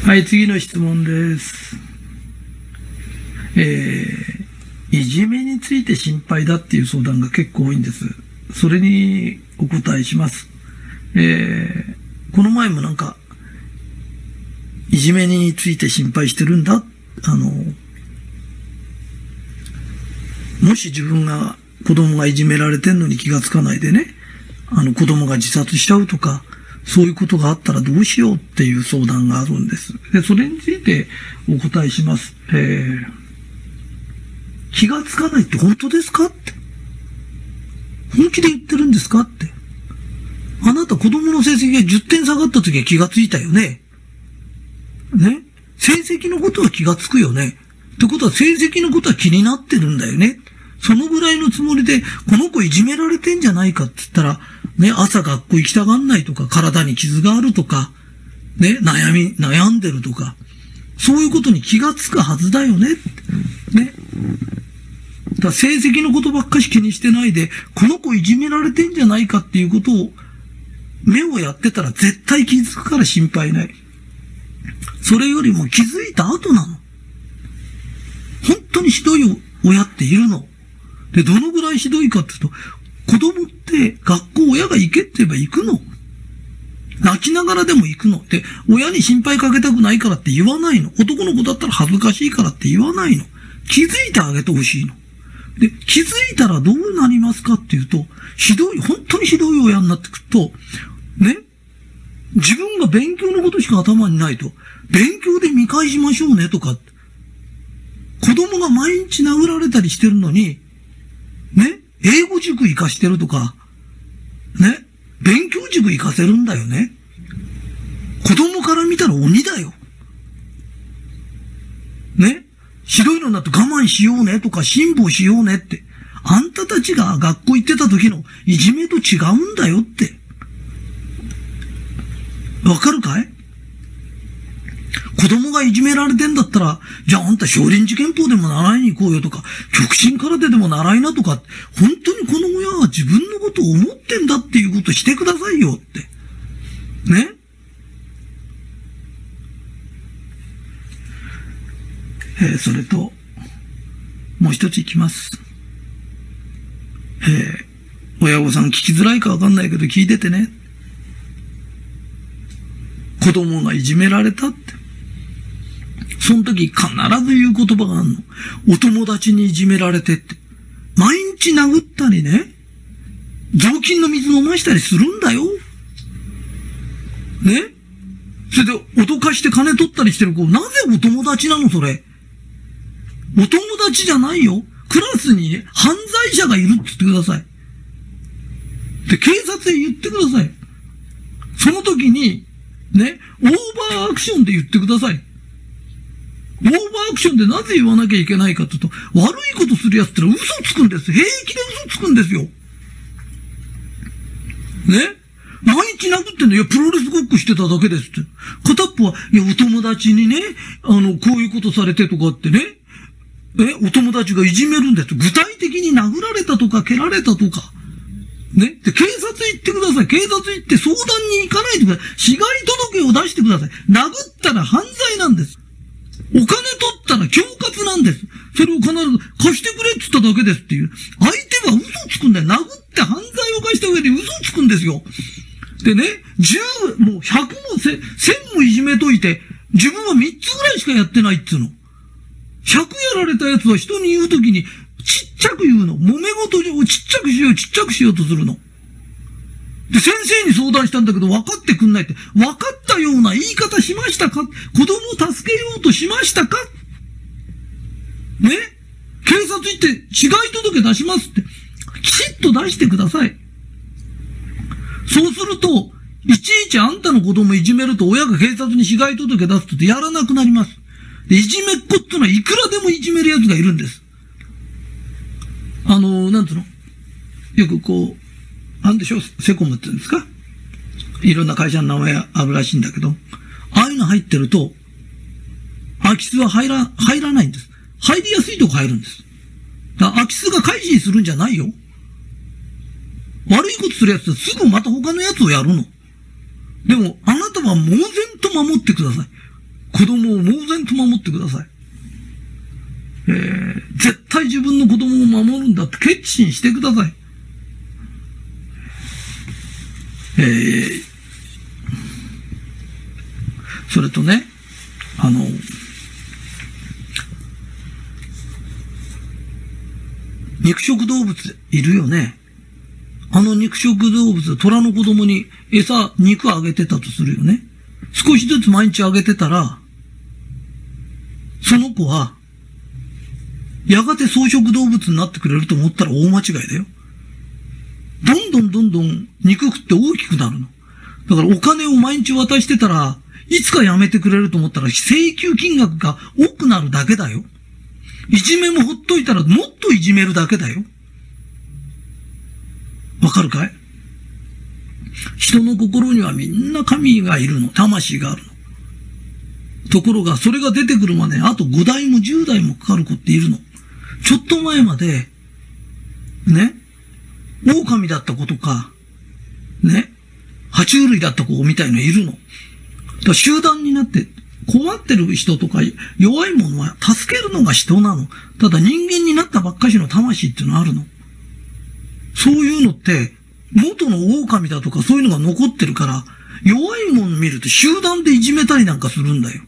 はい、次の質問です。いじめについて心配だっていう相談が結構多いんです。それにお答えします。この前もいじめについて心配してるんだ。もし自分が子供がいじめられてんのに気がつかないでね、子供が自殺しちゃうとか、そういうことがあったらどうしようっていう相談があるんです。で、それについてお答えします。気がつかないって本当ですかって。本気で言ってるんですかって。あなた子供の成績が10点下がった時は気がついたよね。ね。成績のことは気がつくよね。ってことは成績のことは気になってるんだよね。そのぐらいのつもりで、この子いじめられてんじゃないかって言ったら、ね、朝学校行きたがんないとか、体に傷があるとか、ね、悩んでるとか、そういうことに気がつくはずだよね。ね。だから成績のことばっかし気にしてないで、この子いじめられてんじゃないかっていうことを、目をやってたら絶対気づくから心配ない。それよりも気づいた後なの。本当にひどい親っているの。で、どのぐらいひどいかっていうと、子供って学校親が行けって言えば行くの。泣きながらでも行くの。で、親に心配かけたくないからって言わないの。男の子だったら恥ずかしいからって言わないの。気づいてあげてほしいの。で、気づいたらどうなりますかっていうと、本当にひどい親になってくると、ね、自分が勉強のことしか頭にないと、勉強で見返しましょうねとか、子供が毎日殴られたりしてるのに、ね、英語塾行かしてるとか、ね、勉強塾行かせるんだよね。子供から見たら鬼だよ。ね、ひどいのになって我慢しようねとか辛抱しようねって、あんたたちが学校行ってた時のいじめと違うんだよって。わかるかい？子供がいじめられてんだったら、じゃああんた少林寺拳法でも習いに行こうよとか、極真空手でも習いなとか、本当にこの親は自分のことを思ってんだっていうことしてくださいよって。ね？それと、もう一ついきます。親御さん聞きづらいかわかんないけど聞いててね。子供がいじめられたって。その時必ず言う言葉があるの。お友達にいじめられてって。毎日殴ったりね、雑巾の水飲ましたりするんだよ。ね？それで脅かして金取ったりしてる子、なぜお友達なのそれ。お友達じゃないよ。クラスにね、犯罪者がいるって言ってください。で、警察へ言ってください。その時に、ね、オーバーアクションで言ってください。オーバーアクションでなぜ言わなきゃいけないかというと、悪いことする奴ってのは嘘つくんです。平気で嘘つくんですよ。ね？毎日殴ってんの、いや、プロレスごっこしてただけですって。片っぽは、いや、お友達にね、こういうことされてとかってね、お友達がいじめるんです。具体的に殴られたとか、蹴られたとか。ね。で、警察行ってください。警察行って相談に行かないでください。被害届を出してください。殴ったら犯罪なんです。お金取ったら恐喝なんです。それを必ず貸してくれって言っただけですっていう。相手は嘘つくんだよ。殴って犯罪を犯した上で嘘つくんですよ。でね、もう100も1000もいじめといて、自分は3つぐらいしかやってないっていうの。100やられたやつは人に言うときにちっちゃく言うの。揉め事をちっちゃくしようとするの。で、先生に相談したんだけど分かってくんないって。分かったような言い方しましたか？子供を助けようとしましたか？ね？警察行って被害届出しますって。きちっと出してください。そうすると、いちいちあんたの子供いじめると親が警察に被害届出すってやらなくなります。で、いじめっ子ってのはいくらでもいじめる奴がいるんです。なんつうの？よくこう、なんでしょう、セコムって言うんですか？いろんな会社の名前あるらしいんだけど、ああいうの入ってると、空き巣は入らないんです。入りやすいとこ入るんです。だから空き巣が改心するんじゃないよ。悪いことするやつはすぐまた他のやつをやるの。でも、あなたは猛然と守ってください。 子供を猛然と守ってください。絶対自分の子供を守るんだって決心してください。それとね、肉食動物いるよね。肉食動物、虎の子供に肉あげてたとするよね。少しずつ毎日あげてたら、その子は、やがて草食動物になってくれると思ったら大間違いだよ。どんどん肉食って大きくなるの。だからお金を毎日渡してたら、いつかやめてくれると思ったら請求金額が多くなるだけだよ。いじめもほっといたらもっといじめるだけだよ。わかるかい？人の心にはみんな神がいるの。魂があるの。ところがそれが出てくるまであと5代も10代もかかる子っているの。ちょっと前まで、ね、狼だった子とか、ね、爬虫類だった子みたいのいるの。だから集団になって困ってる人とか弱いものは助けるのが人なの。ただ人間になったばっかしの魂っていうのはあるの。そういうのって元の狼だとかそういうのが残ってるから弱いもの見ると集団でいじめたりなんかするんだよ。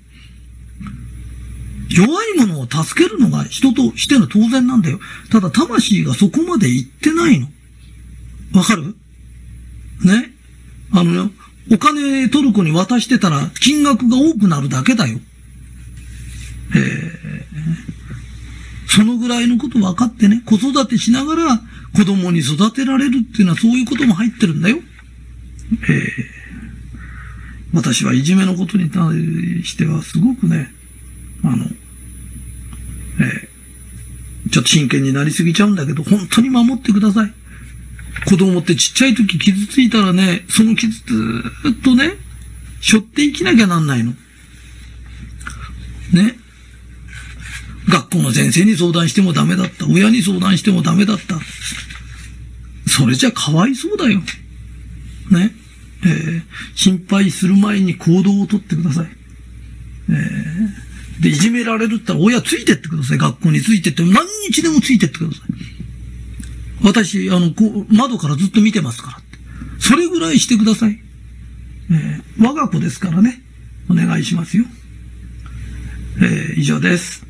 弱いものを助けるのが人としての当然なんだよ。ただ魂がそこまで行ってないの。わかる？ね？お金トルコに渡してたら金額が多くなるだけだよ。そのぐらいのこと分かってね、子育てしながら子供に育てられるっていうのはそういうことも入ってるんだよ。私はいじめのことに対してはすごくね、ちょっと真剣になりすぎちゃうんだけど、本当に守ってください。子供ってちっちゃい時傷ついたらね、その傷ずっとね、背負って生きなきゃなんないの。ね。学校の先生に相談してもダメだった。親に相談してもダメだった。それじゃかわいそうだよ。ね。心配する前に行動をとってください。で、いじめられるったら親ついてってください。学校についてって、何日でもついてってください。私、窓からずっと見てますからって。それぐらいしてください。我が子ですからね。お願いしますよ。以上です。